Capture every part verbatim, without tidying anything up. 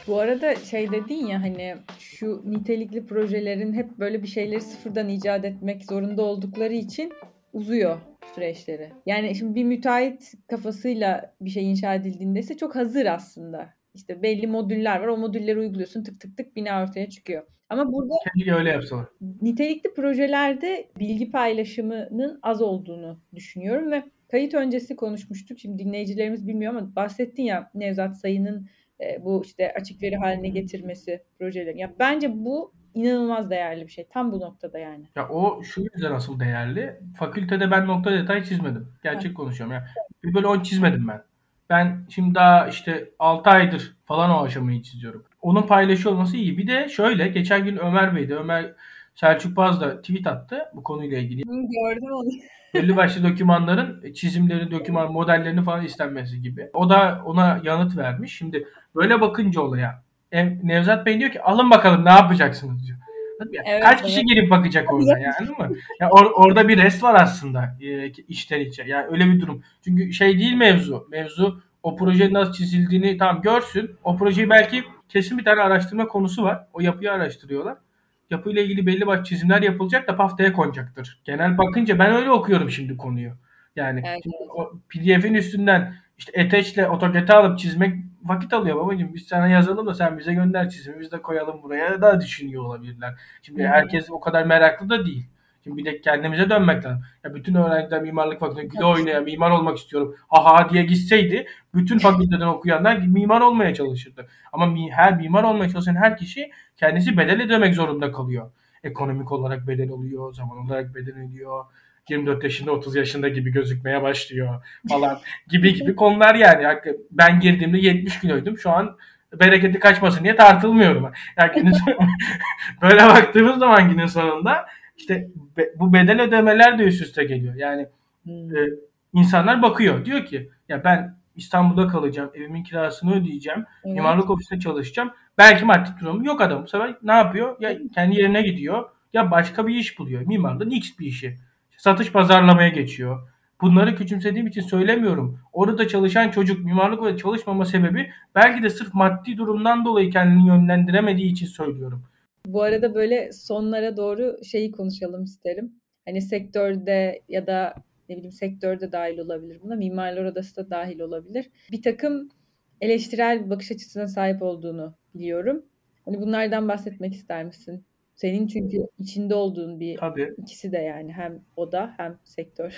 Bu arada şey dedin ya hani şu nitelikli projelerin hep böyle bir şeyleri sıfırdan icat etmek zorunda oldukları için uzuyor süreçleri. Yani şimdi bir müteahhit kafasıyla bir şey inşa edildiğinde ise çok hazır aslında. İşte belli modüller var. O modülleri uyguluyorsun tık tık tık bina ortaya çıkıyor. Ama burada Keşke öyle yapsalar. nitelikli projelerde bilgi paylaşımının az olduğunu düşünüyorum ve kayıt öncesi konuşmuştuk. Şimdi dinleyicilerimiz bilmiyor ama bahsettin ya Nevzat Sayın'ın e, bu işte açık veri haline getirmesi projelerin. Ya bence bu inanılmaz değerli bir şey. Tam bu noktada yani. Ya o şu yüzden asıl değerli. Fakültede ben nokta detay çizmedim. Heh, Gerçek konuşuyorum ya. Bir bölü on çizmedim ben. Ben şimdi daha işte altı aydır falan o aşamayı çiziyorum. Onun paylaşıyor olması iyi. Bir de şöyle geçen gün Ömer Bey de Ömer Selçuk Baz da tweet attı bu konuyla ilgili. hı, gördüm onu. Belli başlı dokümanların çizimleri, doküman modellerini falan istenmesi gibi. O da ona yanıt vermiş. Şimdi böyle bakınca olaya Ev- Nevzat Bey diyor ki alın bakalım ne yapacaksınız diyor. Ya, Evet, kaç kişi evet. girip bakacak orada yani anladın mı? Ya or- orada bir rest var aslında e, içten içe. Yani öyle bir durum. Çünkü şey değil mevzu. Mevzu o projenin nasıl çizildiğini tam görsün. O projeyi belki kesin bir tane araştırma konusu var. O yapıyı araştırıyorlar. Yapıyla ilgili belli başlı çizimler yapılacak da haftaya konacaktır. Genel bakınca ben öyle okuyorum şimdi konuyu. Yani Evet, şimdi evet. o P D F'in üstünden işte Attach'le AutoCAD'e alıp çizmek vakit alıyor babacığım. Biz sana yazalım da sen bize gönder çizimi biz de koyalım buraya da düşünüyor olabilirler. Hı Şimdi hı. herkes o kadar meraklı da değil. Şimdi bir de kendimize dönmek lazım. Ya bütün öğrenciler mimarlık fakültesinde güle Tabii. oynaya mimar olmak istiyorum. Aha diye gitseydi bütün fakülteden okuyanlar mimar olmaya çalışırdı. Ama mi- her mimar olmaya çalışan her kişi kendisi bedel ödemek zorunda kalıyor. Ekonomik olarak bedel oluyor, zaman olarak bedel ödüyor. yirmi dört yaşında otuz yaşında gibi gözükmeye başlıyor falan gibi gibi konular yani. Ben girdiğimde yetmiş kiloydum. Şu an bereketi kaçmasın diye tartılmıyorum. Yani günün son- böyle baktığımız zaman günün sonunda işte be- bu bedel ödemeler de üst üste geliyor. Yani e, Hmm. insanlar bakıyor. Diyor ki ya ben İstanbul'da kalacağım. Evimin kirasını ödeyeceğim. Evet. Mimarlık ofisinde çalışacağım. Belki maddi durum yok adam. Bu sefer ne yapıyor? Ya Tabii. kendi yerine gidiyor ya başka bir iş buluyor. Mimarlığın X bir işi. Satış pazarlamaya geçiyor. Bunları küçümsediğim için söylemiyorum. Orada çalışan çocuk mimarlık ve çalışmama sebebi belki de sırf maddi durumdan dolayı kendini yönlendiremediği için söylüyorum. Bu arada böyle sonlara doğru şeyi konuşalım isterim. Hani sektörde ya da ne bileyim sektörde dahil olabilir buna. Mimarlar Odası da dahil olabilir. Bir takım eleştirel bir bakış açısına sahip olduğunu biliyorum. Hani bunlardan bahsetmek ister misin? Senin çünkü içinde olduğun bir Tabii ikisi de yani hem oda hem sektör.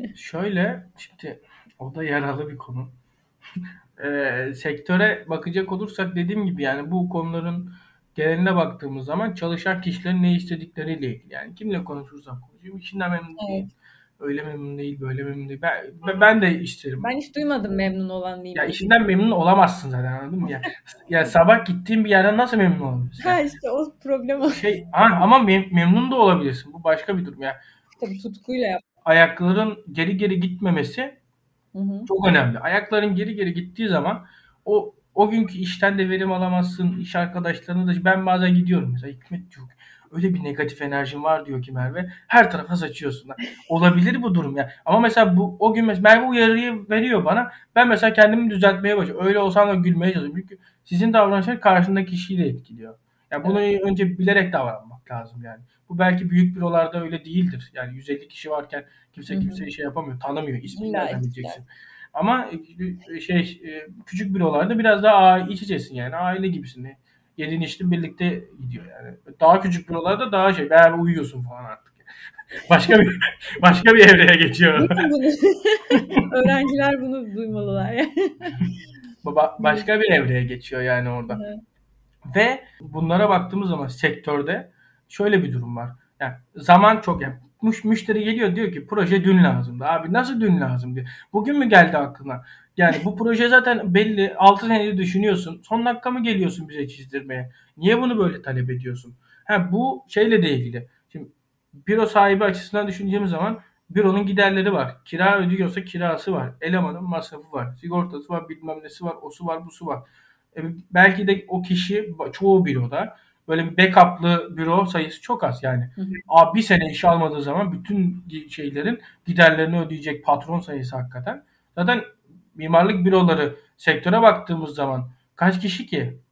şöyle şimdi o da yaralı bir konu. Ee, sektöre bakacak olursak dediğim gibi yani bu konuların geneline baktığımız zaman çalışan kişilerin ne istedikleriyle ilgili. Yani kimle konuşursam konuşayım işinden memnun değil. Evet. Öyle memnun değil, böyle memnun değil. Ben, ben de isterim. Ben hiç duymadım memnun olan Ya mimar. işinden memnun olamazsın zaten anladın mı? Ya, ya sabah gittiğin bir yerden nasıl memnun olabilirsin? Ha Ya işte o problem o. şey ha, ama mem- memnun da olabilirsin. Bu başka bir durum ya. Tabii tutkuyla yap. Ayakların geri geri gitmemesi Hı hı. çok önemli. Ayakların geri geri gittiği zaman o o günkü işten de verim alamazsın. İş arkadaşlarına da ben bazen gidiyorum mesela Hikmet diyor. Öyle bir negatif enerjin var diyor ki Merve. Her tarafa saçıyorsun. Olabilir bu durum ya. Ama mesela bu o gün mesela Merve uyarıyı veriyor bana. Ben mesela kendimi düzeltmeye başlıyorum. Öyle olsam da gülmeye çalışıyorum. Çünkü sizin davranışlar karşındaki kişiyi de etkiliyor. Ya bunu Evet. önce bilerek davranmak lazım yani. Bu belki büyük bürolarda öyle değildir. Yani yüz elli kişi varken Hı kimse hı. kimseyi şey yapamıyor, tanımıyor. İsmini İlla nereden etkiler. bileceksin? Ama e, şey e, küçük bürolarda biraz daha aile iç içesin yani aile gibisin. Yediğin içtin birlikte gidiyor yani. Daha küçük bürolarda daha şey beraber uyuyorsun falan artık. Başka bir başka bir evreye geçiyor. Değil mi bunu? Öğrenciler bunu duymalılar yani. Ba- Evet. Başka bir evreye geçiyor yani orada. Hı. Ve bunlara baktığımız zaman sektörde şöyle bir durum var. Yani zaman çok yani müş- müşteri geliyor diyor ki proje dün lazımdı. Abi nasıl dün lazım diyor. Bugün mü geldi aklına? Yani bu proje zaten belli. altı senedir düşünüyorsun. Son dakika mı geliyorsun bize çizdirmeye? Niye bunu böyle talep ediyorsun? Ha, bu şeyle de ilgili. Şimdi büro sahibi açısından düşüneceğimiz zaman büronun giderleri var. Kira ödüyorsa kirası var. Elemanın masrafı var. Sigortası var, bilmem nesi var, osu var, busu var. E, belki de o kişi çoğu büroda böyle bir backup'lı büro sayısı çok az yani. Hı hı. Abi bir sene iş almadığı zaman bütün şeylerin giderlerini ödeyecek patron sayısı hakikaten. Zaten mimarlık büroları sektöre baktığımız zaman kaç kişi ki?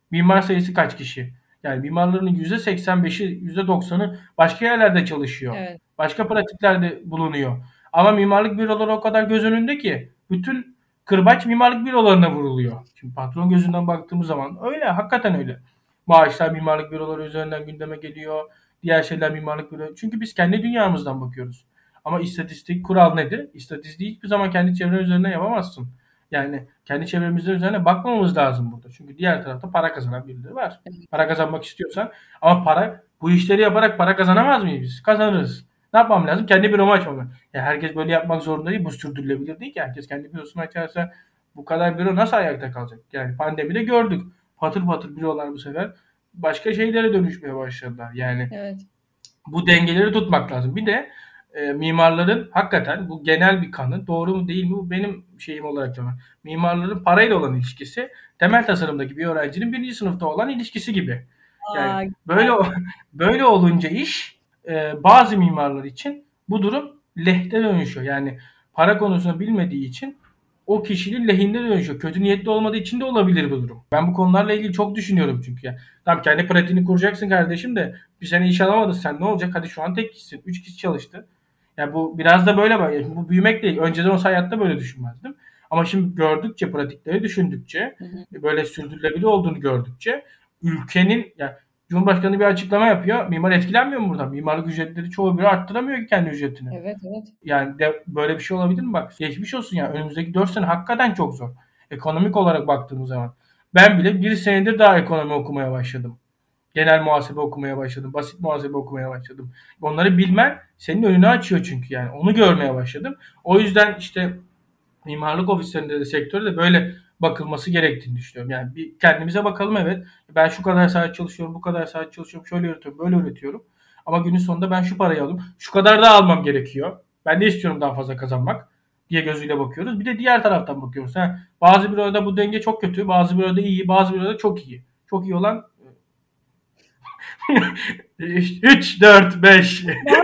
Mimar sayısı kaç kişi? Yani mimarların yüzde seksen beşi, yüzde doksanı başka yerlerde çalışıyor. Evet. Başka pratiklerde bulunuyor. Ama mimarlık büroları o kadar göz önünde ki bütün kırbaç mimarlık bürolarına vuruluyor. Şimdi patron gözünden baktığımız zaman öyle, hakikaten öyle. Maaşlar mimarlık büroları üzerinden gündeme geliyor. Diğer şeyler mimarlık büroları. Çünkü biz kendi dünyamızdan bakıyoruz. Ama istatistik kural nedir? İstatistiği hiçbir zaman kendi çevren üzerinden yapamazsın. Yani kendi çevremizde üzerine bakmamamız lazım burada. Çünkü diğer tarafta para kazanan birileri var. Para kazanmak istiyorsan, ama para, bu işleri yaparak para kazanamaz mıyız biz? Kazanırız. Ne yapmam lazım? Kendi büromu açmam lazım. Ya herkes böyle yapmak zorunda değil. Bu sürdürülebilir değil ki. Herkes kendi bürosunu açarsa bu kadar büro nasıl ayakta kalacak? Yani pandemide gördük. Patır patır bürolar bu sefer başka şeylere dönüşmeye başladılar. Yani Evet. bu dengeleri tutmak lazım. Bir de e, mimarların hakikaten, bu genel bir kanı, doğru mu değil mi, bu benim şeyim olarak diyorum. Mimarların parayla olan ilişkisi temel tasarımdaki bir öğrencinin birinci sınıfta olan ilişkisi gibi. Yani Aa, böyle böyle olunca iş, e, bazı mimarlar için bu durum lehte dönüşüyor. Yani para konusunu bilmediği için o kişinin lehinde dönüşüyor. Kötü niyetli olmadığı için de olabilir bu durum. Ben bu konularla ilgili çok düşünüyorum çünkü ya. Tamam, kendi pratiğini kuracaksın kardeşim de bir sene iş alamadın sen, ne olacak? Hadi şu an tek kişisin. Üç kişi çalıştı. Ya bu biraz da böyle bak. Yani bu büyümek değil. Önceden olsa hayatta böyle düşünmezdim. Ama şimdi gördükçe, pratikleri düşündükçe, hı hı. böyle sürdürülebilir olduğunu gördükçe, ülkenin, ya Cumhurbaşkanı bir açıklama yapıyor. Mimar etkilenmiyor mu buradan? Mimarlık ücretleri çoğu biri arttıramıyor ki kendi ücretini. Evet, evet. Yani de böyle bir şey olabilir mi? Bak, geçmiş olsun ya. Önümüzdeki dört sene hakikaten çok zor. Ekonomik olarak baktığımız zaman. Ben bile bir senedir daha ekonomi okumaya başladım. Genel muhasebe okumaya başladım. Basit muhasebe okumaya başladım. Onları bilmen senin önünü açıyor çünkü yani. Onu görmeye başladım. O yüzden işte mimarlık ofislerinde de, sektörde de böyle bakılması gerektiğini düşünüyorum. Yani bir kendimize bakalım, evet. Ben şu kadar saat çalışıyorum, bu kadar saat çalışıyorum, şöyle üretiyorum, böyle üretiyorum. Ama günün sonunda ben şu parayı alıyorum. Şu kadar da almam gerekiyor. Ben de istiyorum daha fazla kazanmak diye gözüyle bakıyoruz. Bir de diğer taraftan bakıyoruz. Ha, bazı büroda bu denge çok kötü, bazı büroda iyi, bazı büroda çok iyi. Çok iyi olan üç, dört, beş,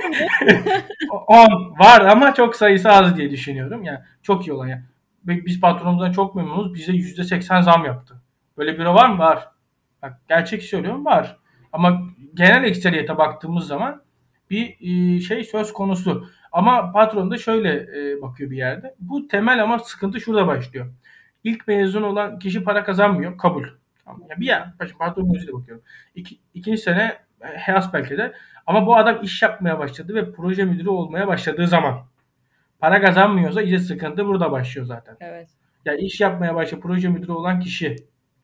on var ama çok sayısı az diye düşünüyorum. Yani çok iyi olan yani. Biz patronumuzdan çok memnunuz. Bize yüzde seksen zam yaptı. Böyle büro var mı? Var. Bak, gerçek söylüyorum, var. Ama genel ekseriyete baktığımız zaman bir e, şey söz konusu. Ama patron da şöyle e, bakıyor bir yerde. Bu temel, ama sıkıntı şurada başlıyor. İlk mezun olan kişi para kazanmıyor. Kabul. Tamam. Ya bir yer. Patron gözüyle bakıyorum. İki, ikinci sene H belki de. Ama bu adam iş yapmaya başladı ve proje müdürü olmaya başladığı zaman para kazanmıyorsa işte sıkıntı burada başlıyor zaten. Evet. Yani iş yapmaya başladı, proje müdürü olan kişi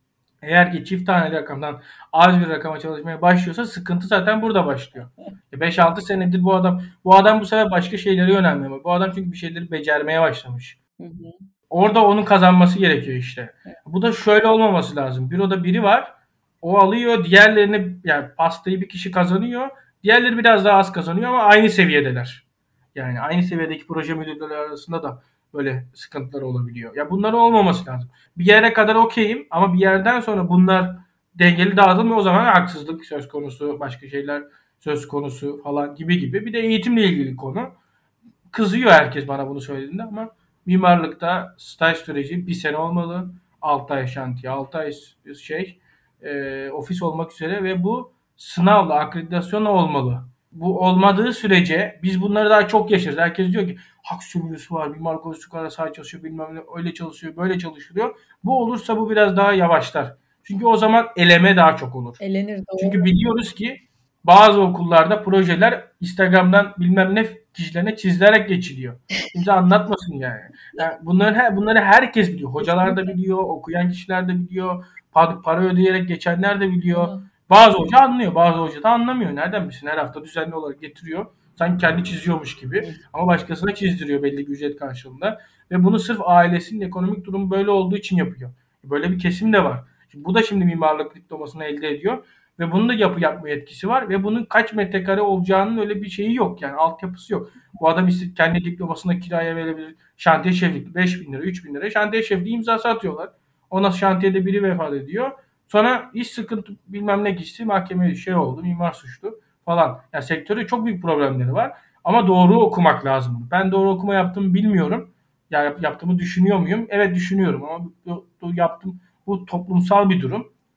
eğer ki çift tane rakamdan az bir rakama çalışmaya başlıyorsa sıkıntı zaten burada başlıyor. beş altı senedir bu adam bu adam bu sefer başka şeylere yönelmiyor. Bu adam çünkü bir şeyleri becermeye başlamış. Hı hı. Orada onun kazanması gerekiyor işte. Evet. Bu da şöyle olmaması lazım. Büroda biri var. O alıyor. Diğerlerini, yani pastayı bir kişi kazanıyor. Diğerleri biraz daha az kazanıyor ama aynı seviyedeler. Yani aynı seviyedeki proje müdürleri arasında da böyle sıkıntılar olabiliyor. Ya bunların olmaması lazım. Bir yere kadar okeyim ama bir yerden sonra bunlar dengeli dağıtılmıyor. O zaman haksızlık söz konusu, başka şeyler söz konusu falan gibi gibi. Bir de eğitimle ilgili konu. Kızıyor herkes bana bunu söylediğinde ama mimarlıkta staj süreci bir sene olmalı. altı ay şantiye, altı ay şey e, ofis olmak üzere ve bu sınavla, akreditasyonla olmalı. Bu olmadığı sürece biz bunları daha çok yaşarız. Herkes diyor ki hak sömürüsü var, mimarlık ofisi kadar saat çalışıyor, bilmem ne, öyle çalışıyor, böyle çalışılıyor. Bu olursa bu biraz daha yavaşlar. Çünkü o zaman eleme daha çok olur. Elenir, doğru. Çünkü biliyoruz ki bazı okullarda projeler Instagram'dan bilmem ne kişilerine çizilerek geçiliyor. Kimse anlatmasın yani. Yani bunları, bunları herkes biliyor. Hocalar da biliyor, okuyan kişiler de biliyor, para ödeyerek geçenler de biliyor. Hı. Bazı hoca anlıyor, bazı hoca da anlamıyor. Nereden bilsin? Her hafta düzenli olarak getiriyor. Sanki kendi çiziyormuş gibi. Hı. Ama başkasına çizdiriyor belli bir ücret karşılığında. Ve bunu sırf ailesinin ekonomik durumu böyle olduğu için yapıyor. Böyle bir kesim de var. Şimdi bu da şimdi mimarlık diplomasını elde ediyor. Ve bunun da yapı yapma yetkisi var. Ve bunun kaç metrekare olacağının öyle bir şeyi yok. Yani altyapısı yok. Bu adam işte kendi diplomasını kiraya verebilir. Şantiye şeflik beş bin lira, üç bin lira. Şantiye şefliği imzası atıyorlar. Ondan şantiyede biri vefat ediyor. Sonra iş sıkıntı bilmem ne kişisi mahkemeye şey oldu. Mimar suçlu falan. Yani sektörde çok büyük problemleri var. Ama doğru okumak lazım. Ben doğru okuma yaptığımı bilmiyorum. Yani yaptığımı düşünüyor muyum? Evet, düşünüyorum ama bu, bu yaptım bu toplumsal bir durum.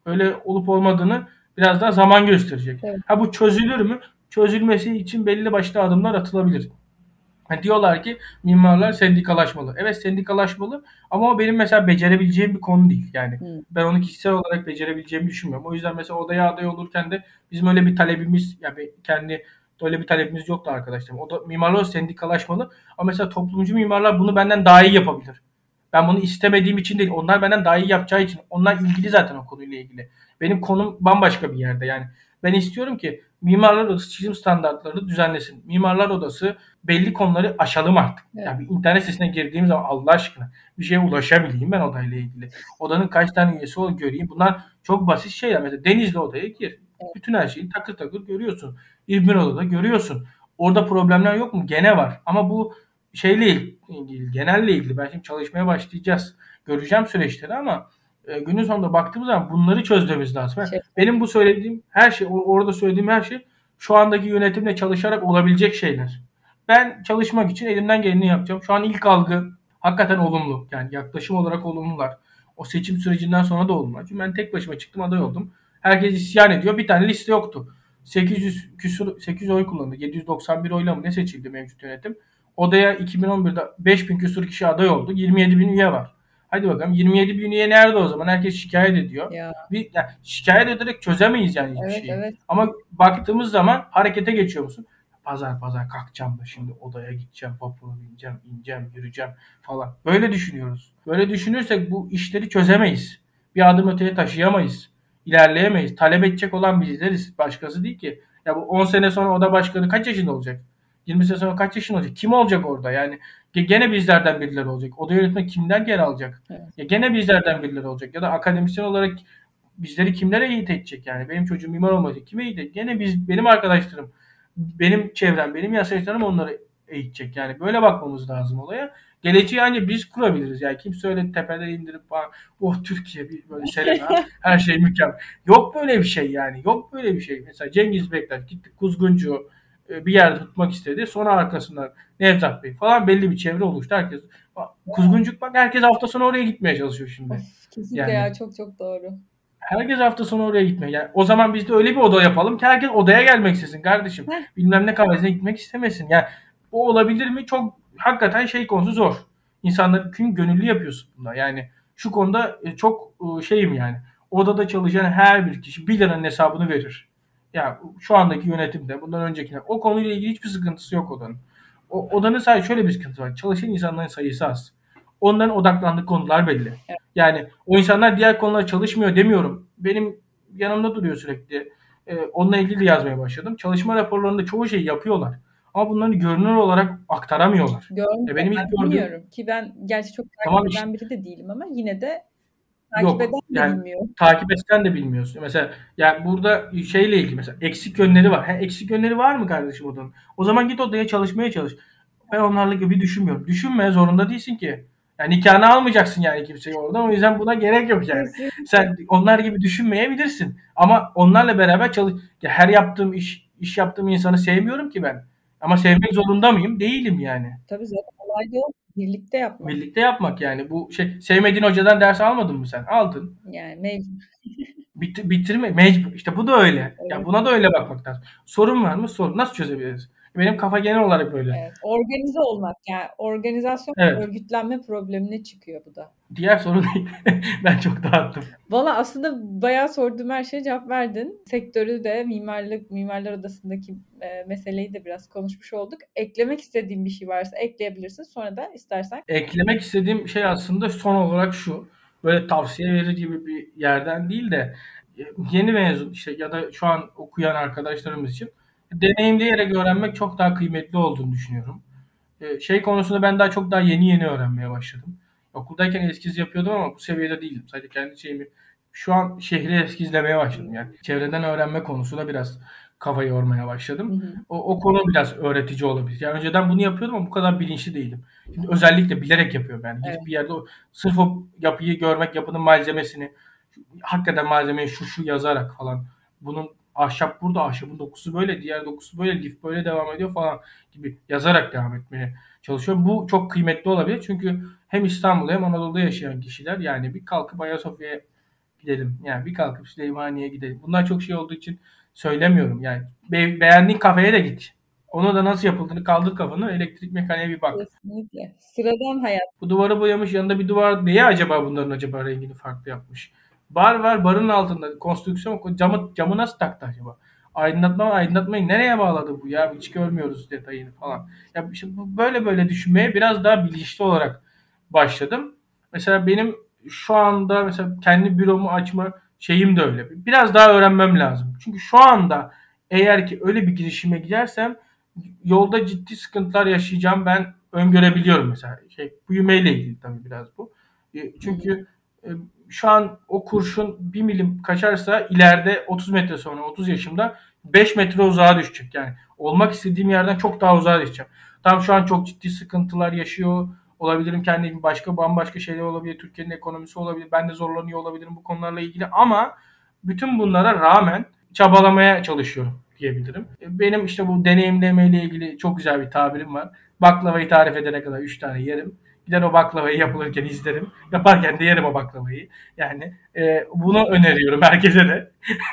Öyle olup olmadığını biraz daha zaman gösterecek. Evet. Ha bu çözülür mü? Çözülmesi için belli başlı adımlar atılabilir. Ha, diyorlar ki mimarlar sendikalaşmalı. Evet sendikalaşmalı ama o benim mesela becerebileceğim bir konu değil. Yani Hmm. ben onu kişisel olarak becerebileceğimi düşünmüyorum. O yüzden mesela odaya aday olurken de bizim öyle bir talebimiz yani kendi öyle bir talebimiz yoktu arkadaşlarım. O da mimarlar sendikalaşmalı ama mesela toplumcu mimarlar bunu benden daha iyi yapabilir. Ben bunu istemediğim için değil. Onlar benden daha iyi yapacağı için. Onlar ilgili zaten o konuyla ilgili. Benim konum bambaşka bir yerde yani. Ben istiyorum ki Mimarlar Odası çizim standartlarını düzenlesin. Mimarlar Odası belli konuları aşalım artık. Evet. Yani bir internet sitesine girdiğim zaman Allah aşkına bir şeye ulaşabileyim ben odayla ilgili. Odanın kaç tane üyesi olduğunu göreyim. Bunlar çok basit şeyler. Mesela Denizli odaya gir. Evet. Bütün her şeyi takır takır görüyorsun. İzmir odada görüyorsun. Orada problemler yok mu? Gene var. Ama bu şeyle ilgili, genelle ilgili. Ben şimdi çalışmaya başlayacağız. Göreceğim süreçleri ama e, günün sonunda baktığımız zaman bunları çözmemiz lazım. Şey, Benim bu söylediğim her şey, orada söylediğim her şey şu andaki yönetimle çalışarak olabilecek şeyler. Ben çalışmak için elimden geleni yapacağım. Şu an ilk algı hakikaten olumlu. Yani yaklaşım olarak olumlular. O seçim sürecinden sonra da olumlu. Çünkü ben tek başıma çıktım aday oldum. Herkes isyan ediyor. Bir tane liste yoktu. sekiz yüz küsur sekiz yüz oy kullandı. yedi yüz doksan bir oyla mı ne seçildi mevcut yönetim? Odaya iki bin on birde beş bin küsur kişi aday oldu. yirmi yedi bin üye var. Hadi bakalım yirmi yedi bin üye nerede o zaman? Herkes şikayet ediyor. Ya. Bir, yani şikayet ederek çözemeyiz yani hiçbir Evet, şeyi. evet. Ama baktığımız zaman harekete geçiyor musun? Pazar pazar kalkacağım da şimdi odaya gideceğim, vapura bineceğim, ineceğim, yürüyeceğim falan. Böyle düşünüyoruz. Böyle düşünürsek bu işleri çözemeyiz. Bir adım öteye taşıyamayız. İlerleyemeyiz. Talep edecek olan bizleriz. Başkası değil ki. Ya bu on sene sonra oda başkanı kaç yaşında olacak? yirmi sene sonra kaç yaşında olacak? Kim olacak orada? Yani gene bizlerden birileri olacak. Oda yönetmek kimden yer alacak? Evet. Ya gene bizlerden birileri olacak. Ya da akademisyen olarak bizleri kimlere eğit edecek yani? Benim çocuğum mimar olmayacak. Kime eğit edecek? Gene biz, benim arkadaşlarım, benim çevrem, benim yaşayacaklarım onları eğitecek. Yani böyle bakmamız lazım olaya. Geleceği ancak biz kurabiliriz. Yani kimse öyle tepeden indirip oh Türkiye bir böyle Selena her şey mükemmel. Yok böyle bir şey yani. Yok böyle bir şey. Mesela Cengiz Bektaş gitti Kuzguncu bir yerde tutmak istedi. Sonra arkasından Nevzat Bey falan belli bir çevre oluştu. Herkes Kuzguncuk bak herkes hafta sonu oraya gitmeye çalışıyor şimdi. Of, kesinlikle yani, ya çok çok doğru. Herkes hafta sonu oraya gitmeye. Yani o zaman biz de öyle bir oda yapalım ki herkes odaya gelmek istesin kardeşim. Heh. Bilmem ne kahvesine gitmek istemesin. Yani o olabilir mi? Çok hakikaten şey konusu zor. İnsanlar çünkü gönüllü yapıyorsun bunda. Yani şu konuda çok şeyim yani. Odada çalışan her bir kişi bir liranın hesabını verir. Ya yani şu andaki yönetimde, bundan öncekine o konuyla ilgili hiçbir sıkıntısı yok odanın. O, odanın sadece şöyle bir sıkıntı var. Çalışan insanların sayısı az. Onların odaklandığı konular belli. Evet. Yani o insanlar diğer konulara çalışmıyor demiyorum. Benim yanımda duruyor sürekli. Ee, onunla ilgili de yazmaya başladım. Çalışma raporlarında çoğu şeyi yapıyorlar. Ama bunları görünür olarak aktaramıyorlar. Görmüyorum. E benim ilk Ben gördüğüm... bilmiyorum ki ben gerçi çok takip Tamam eden işte. biri de değilim ama yine de takip Yok. eden de Yani bilmiyor. takip etsen de bilmiyorsun. Mesela yani burada şeyle ilgili mesela eksik yönleri var. Ha, eksik yönleri var mı kardeşim odanın? O zaman git odaya çalışmaya çalış. Ben onlarla gibi düşünmüyorum. Düşünmeye zorunda değilsin ki. Yani nikahını almayacaksın yani kimseyi oradan. O yüzden buna gerek yok yani. Kesinlikle. Sen onlar gibi düşünmeyebilirsin. Ama onlarla beraber çalış. Ya her yaptığım iş, iş yaptığım insanı sevmiyorum ki ben. Ama sevmek zorunda mıyım? Değilim yani. Tabii zaten olay da o. Birlikte yapmak. Birlikte yapmak yani. Bu şey sevmediğin hocadan ders almadın mı sen? Aldın. Yani mecbur. Bit, bitirme mecbur. İşte bu da öyle. Evet. Ya buna da öyle bakmak lazım. Sorun var mı? Sorun. Nasıl çözebiliriz? Benim kafa genel olarak böyle. Evet. Organize olmak yani organizasyon Evet. örgütlenme problemine çıkıyor bu da. Diğer soru neydi? Ben çok dağıttım. Valla aslında bayağı sorduğum her şeye cevap verdin. Sektörü de mimarlık, mimarlar odasındaki e, meseleyi de biraz konuşmuş olduk. Eklemek istediğin bir şey varsa ekleyebilirsin. Sonra da istersen. Eklemek istediğim şey aslında son olarak şu. Böyle tavsiye verir gibi bir yerden değil de yeni mezun işte ya da şu an okuyan arkadaşlarımız için deneyimleyerek öğrenmek çok daha kıymetli olduğunu düşünüyorum. Şey konusunda ben daha çok daha yeni yeni öğrenmeye başladım. Okuldayken eskiz yapıyordum ama bu seviyede değildim. Sadece kendi şeyimi şu an şehri eskizlemeye başladım. Yani çevreden öğrenme konusunda biraz kafa yormaya başladım. Hı hı. O, o konu biraz öğretici olabilir. Yani önceden bunu yapıyordum ama bu kadar bilinçli değildim. Şimdi özellikle bilerek yapıyorum yani. Gidip Evet. bir yerde o, sırf o yapıyı görmek, yapının malzemesini, hakikaten malzemeyi şu şu yazarak falan. Bunun ahşap burada, ahşabın dokusu böyle, diğer dokusu böyle, lif böyle devam ediyor falan gibi yazarak devam etmeye çalışıyorum. Bu çok kıymetli olabilir çünkü hem İstanbul'da hem Anadolu'da yaşayan kişiler yani bir kalkıp Ayasofya'ya gidelim. Yani bir kalkıp Süleymaniye'ye gidelim. Bunlar çok şey olduğu için söylemiyorum. Yani be- beğendiğin kafeye de git. Onu da nasıl yapıldığını kaldır kafanı, elektrik mekaniğe bir bak. Kesinlikle. Sıradan hayat. Bu duvarı boyamış, yanında bir duvar, niye acaba bunların acaba rengini farklı yapmış? Bar var, barın altında konstrüksiyon, camı camı nasıl taktı acaba? Aydınlatma aydınlatmayı nereye bağladı bu ya? Hiç görmüyoruz detayını falan. Ya işte bu- böyle böyle düşünmeye biraz daha bilinçli olarak başladım. Mesela benim şu anda mesela kendi büromu açma şeyim de öyle. Biraz daha öğrenmem lazım. Çünkü şu anda eğer ki öyle bir girişime gidersem yolda ciddi sıkıntılar yaşayacağım ben öngörebiliyorum mesela. Şey, büyümeyle ilgili tabii biraz bu. E, Hı hı. Çünkü e, şu an o kurşun bir milim kaçarsa ileride otuz metre sonra otuz yaşımda beş metre uzağa düşecek. Yani olmak istediğim yerden çok daha uzağa düşeceğim. Tam şu an çok ciddi sıkıntılar yaşıyor olabilirim. Kendim başka bambaşka şeyler olabilir. Türkiye'nin ekonomisi olabilir. Ben de zorlanıyor olabilirim bu konularla ilgili ama bütün bunlara rağmen çabalamaya çalışıyorum diyebilirim. Benim işte bu deneyimleme ile ilgili çok güzel bir tabirim var. Baklavayı tarif edene kadar üç tane yerim. Gider o baklavayı yapılırken izlerim. Yaparken de yerim o baklavayı. Yani e, bunu öneriyorum herkese de.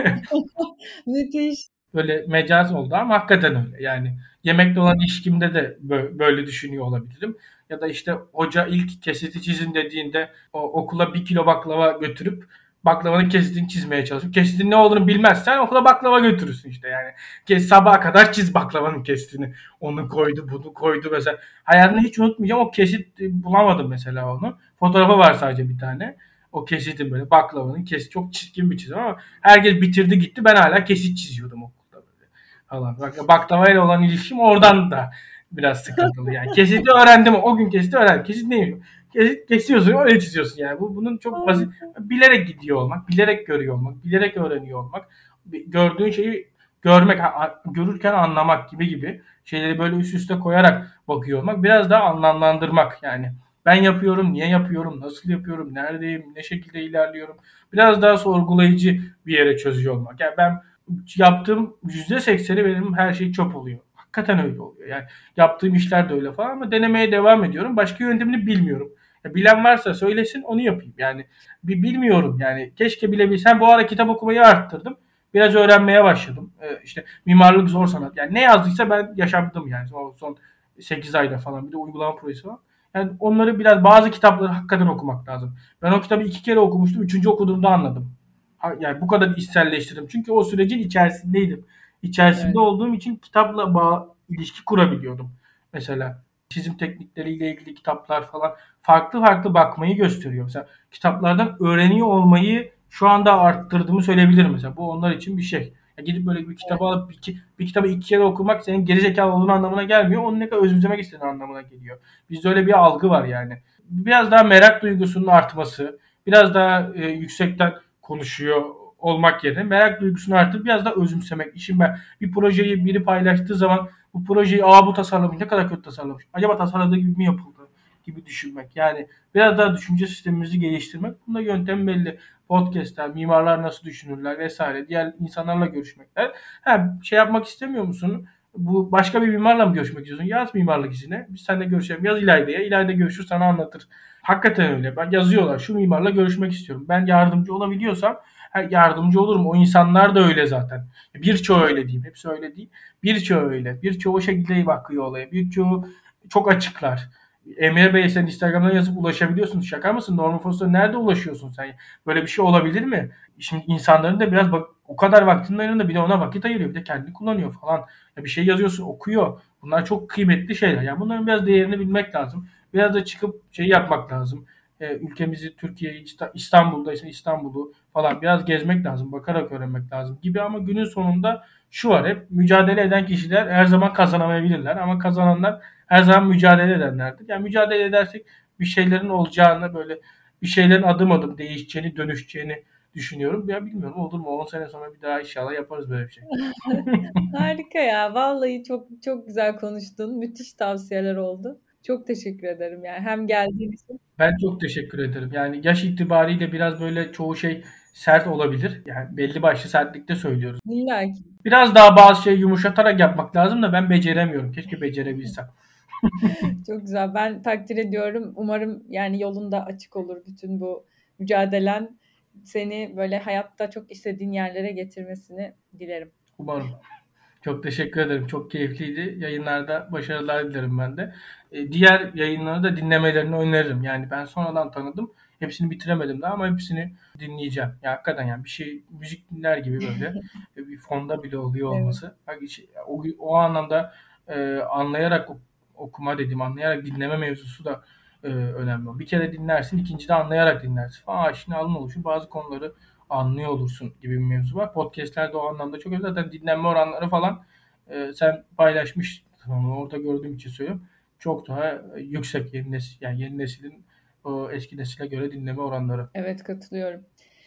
Müthiş. Böyle mecaz oldu ama hakikaten öyle. Yani yemekle olan ilişkimde de böyle düşünüyor olabilirim. Ya da işte hoca ilk kesiti çizin dediğinde o okula bir kilo baklava götürüp baklavanın kesitini çizmeye çalışıp kesitin ne olduğunu bilmezsen okula baklava götürürsün işte yani. Kes, sabaha kadar çiz baklavanın kesitini. Onu koydu, bunu koydu mesela. Hayatımda hiç unutmayacağım o kesit bulamadım mesela onu. Fotoğrafı var sadece bir tane. O kesitin böyle baklavanın kesit çok çirkin bir çizim ama herkes bitirdi gitti ben hala kesit çiziyordum okulda böyle falan. Bak, baklavayla olan ilişkim oradan da biraz sıkıntılı yani. Kesiti öğrendim o gün kesiti öğrendim. Kesit neymiş? Kesit kesiyorsun öyle çiziyorsun yani. Bu bunun çok basit Harika. bilerek gidiyor olmak, bilerek görüyor olmak, bilerek öğreniyor olmak, gördüğün şeyi görmek, görürken anlamak gibi gibi şeyleri böyle üst üste koyarak bakıyor olmak, biraz daha anlamlandırmak yani. Ben yapıyorum, niye yapıyorum, nasıl yapıyorum, neredeyim, ne şekilde ilerliyorum. Biraz daha sorgulayıcı bir yere çözüyor olmak. Yani ben yaptığım yüzde sekseni benim her şey çöp oluyor. Hakikaten öyle oluyor. Yani yaptığım işler de öyle falan ama denemeye devam ediyorum. Başka yöntemini bilmiyorum. Ya bilen varsa söylesin onu yapayım. Yani bir bilmiyorum yani. Keşke bilebilsem. Bu ara kitap okumayı arttırdım. Biraz öğrenmeye başladım. Ee, işte mimarlık zor sanat. Yani ne yazdıysa ben yaşadım yani. O son sekiz ayda falan. Bir de uygulama projesi var. Yani onları biraz bazı kitapları hakikaten okumak lazım. Ben o kitabı iki kere okumuştum. Üçüncü okuduğumda anladım. Yani bu kadar içselleştirdim. Çünkü o sürecin içerisindeydim. İçerisinde Evet. olduğum için kitapla bağ, ilişki kurabiliyordum. Mesela çizim teknikleriyle ilgili kitaplar falan farklı farklı bakmayı gösteriyor. Mesela kitaplardan öğreniyor olmayı şu anda arttırdığımı söyleyebilirim mesela. Bu onlar için bir şey. Ya gidip böyle bir kitabı alıp bir, bir kitabı iki kere okumak senin gerizekalı olduğun anlamına gelmiyor. Onu ne kadar özümsemek istediğin anlamına geliyor. Bizde öyle bir algı var yani. Biraz daha merak duygusunun artması, biraz daha e, yüksekten konuşuyor olmak yerine merak duygusunu artırıp biraz da özümsemek. İşin ben bir projeyi biri paylaştığı zaman bu projeyi aa bu tasarlamış ne kadar kötü tasarlamış. Acaba tasarladığı gibi mi yapıldı gibi düşünmek. Yani biraz daha düşünce sistemimizi geliştirmek. Bunda yöntem belli. Podcast'ler, mimarlar nasıl düşünürler vesaire. Diğer insanlarla görüşmekler. Ha, şey yapmak istemiyor musun? Bu başka bir mimarla mı görüşmek istiyorsun? Yaz mimarlık izine. Biz seninle görüşelim. Yaz İlayda'ya. İlayda görüşür sana anlatır. Hakikaten öyle. Ben yazıyorlar. Şu mimarla görüşmek istiyorum. Ben yardımcı olabiliyorsam yardımcı olurum. O insanlar da öyle zaten. Birçoğu öyle diyeyim. Hepsi öyle değil. Birçoğu öyle. Birçoğu o şekilde bakıyor olaya. Birçoğu çok açıklar. Emre Bey sen Instagram'dan yazıp ulaşabiliyorsun. Şaka mısın? Normal Foster'a nerede ulaşıyorsun sen? Böyle bir şey olabilir mi? Şimdi insanların da biraz bak o kadar vaktinin ayırında bir de ona vakit ayırıyor. Bir de kendini kullanıyor falan. Ya bir şey yazıyorsun okuyor. Bunlar çok kıymetli şeyler. Yani bunların biraz değerini bilmek lazım. Biraz da çıkıp şey yapmak lazım. E, ülkemizi, Türkiye'yi, İstanbul'da ise İstanbul'u falan biraz gezmek lazım. Bakarak öğrenmek lazım gibi ama günün sonunda şu var hep mücadele eden kişiler her zaman kazanamayabilirler ama kazananlar her zaman mücadele edenlerdir. Yani mücadele edersek bir şeylerin olacağını böyle bir şeylerin adım adım değişeceğini, dönüşeceğini düşünüyorum. Ya bilmiyorum olur mu? on sene sonra bir daha inşallah yaparız böyle bir şey. Harika ya. Vallahi çok çok güzel konuştun. Müthiş tavsiyeler oldu. Çok teşekkür ederim yani. Hem geldiğin için. Ben çok teşekkür ederim. Yani yaş itibariyle biraz böyle çoğu şey sert olabilir. Yani belli başlı sertlikte söylüyoruz. İlla ki. Biraz daha bazı şeyi yumuşatarak yapmak lazım da ben beceremiyorum. Keşke becerebilsem. Çok güzel. Ben takdir ediyorum. Umarım yani yolunda açık olur bütün bu mücadelen. seni böyle hayatta çok istediğin yerlere getirmesini dilerim. Umarım. Çok teşekkür ederim. Çok keyifliydi. Yayınlarda başarılar dilerim ben de. E, diğer yayınları da dinlemelerini öneririm. Yani ben sonradan tanıdım. Hepsini bitiremedim daha ama hepsini dinleyeceğim. Ya hakikaten yani bir şey müzik dinler gibi böyle e, bir fonda bile oluyor Evet. olması. Bak hiç- O, o anlamda e, anlayarak ok- okuma dediğim, anlayarak dinleme mevzusu da e, önemli. Bir kere dinlersin, ikincide anlayarak dinlersin falan. Aşinalığın oluşur. Bazı konuları anlıyor olursun gibi bir mevzu var. Podcast'ler de o anlamda çok önemli. Zaten dinlenme oranları falan e, sen paylaşmıştın onu orada gördüğüm için söylüyorum. Çok daha yüksek yeni nesil, yani yeni neslin o eski nesile göre dinleme oranları. Evet, katılıyorum.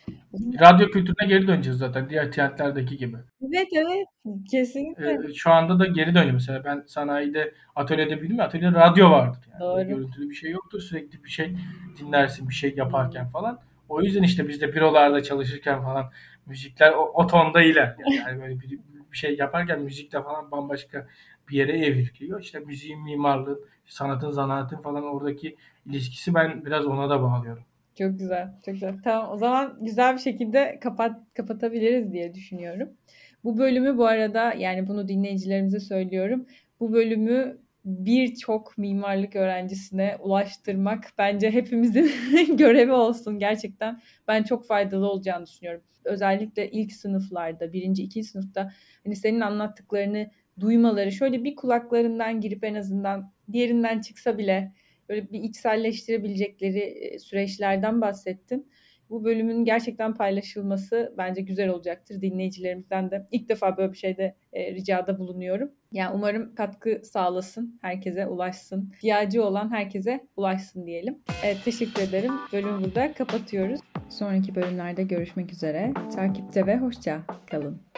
Radyo kültürüne geri döneceğiz zaten diğer tiyatlerdeki gibi. Evet, evet, kesinlikle. E, şu anda da geri dönüyor mesela. Ben sanayide, atölyede bildim ya, atölyede radyo vardır yani. Böyle Doğru. görüntülü bir şey yoktur. Sürekli bir şey dinlersin bir şey Hmm. yaparken falan. O yüzden işte biz de bürolarda çalışırken falan müzikler o, o tonda iler. Yani, yani böyle bir, bir şey yaparken müzikle falan bambaşka bir yere evriliyor. İşte müziğin, mimarlığın, sanatın, zanaatın falan oradaki ilişkisi ben biraz ona da bağlıyorum. Çok güzel, çok güzel. Tamam, o zaman güzel bir şekilde kapat kapatabiliriz diye düşünüyorum. Bu bölümü bu arada, yani bunu dinleyicilerimize söylüyorum. Bu bölümü birçok mimarlık öğrencisine ulaştırmak bence hepimizin görevi olsun gerçekten. Ben çok faydalı olacağını düşünüyorum. Özellikle ilk sınıflarda, birinci, ikinci sınıfta hani senin anlattıklarını duymaları, şöyle bir kulaklarından girip en azından diğerinden çıksa bile böyle bir içselleştirebilecekleri e, süreçlerden bahsettin. Bu bölümün gerçekten paylaşılması bence güzel olacaktır. Dinleyicilerimizden de ilk defa böyle bir şeyde e, ricada bulunuyorum. Yani umarım katkı sağlasın, herkese ulaşsın. İhtiyacı olan herkese ulaşsın diyelim. Evet, teşekkür ederim. Bölümü burada kapatıyoruz. Sonraki bölümlerde görüşmek üzere. Takipte ve hoşça kalın.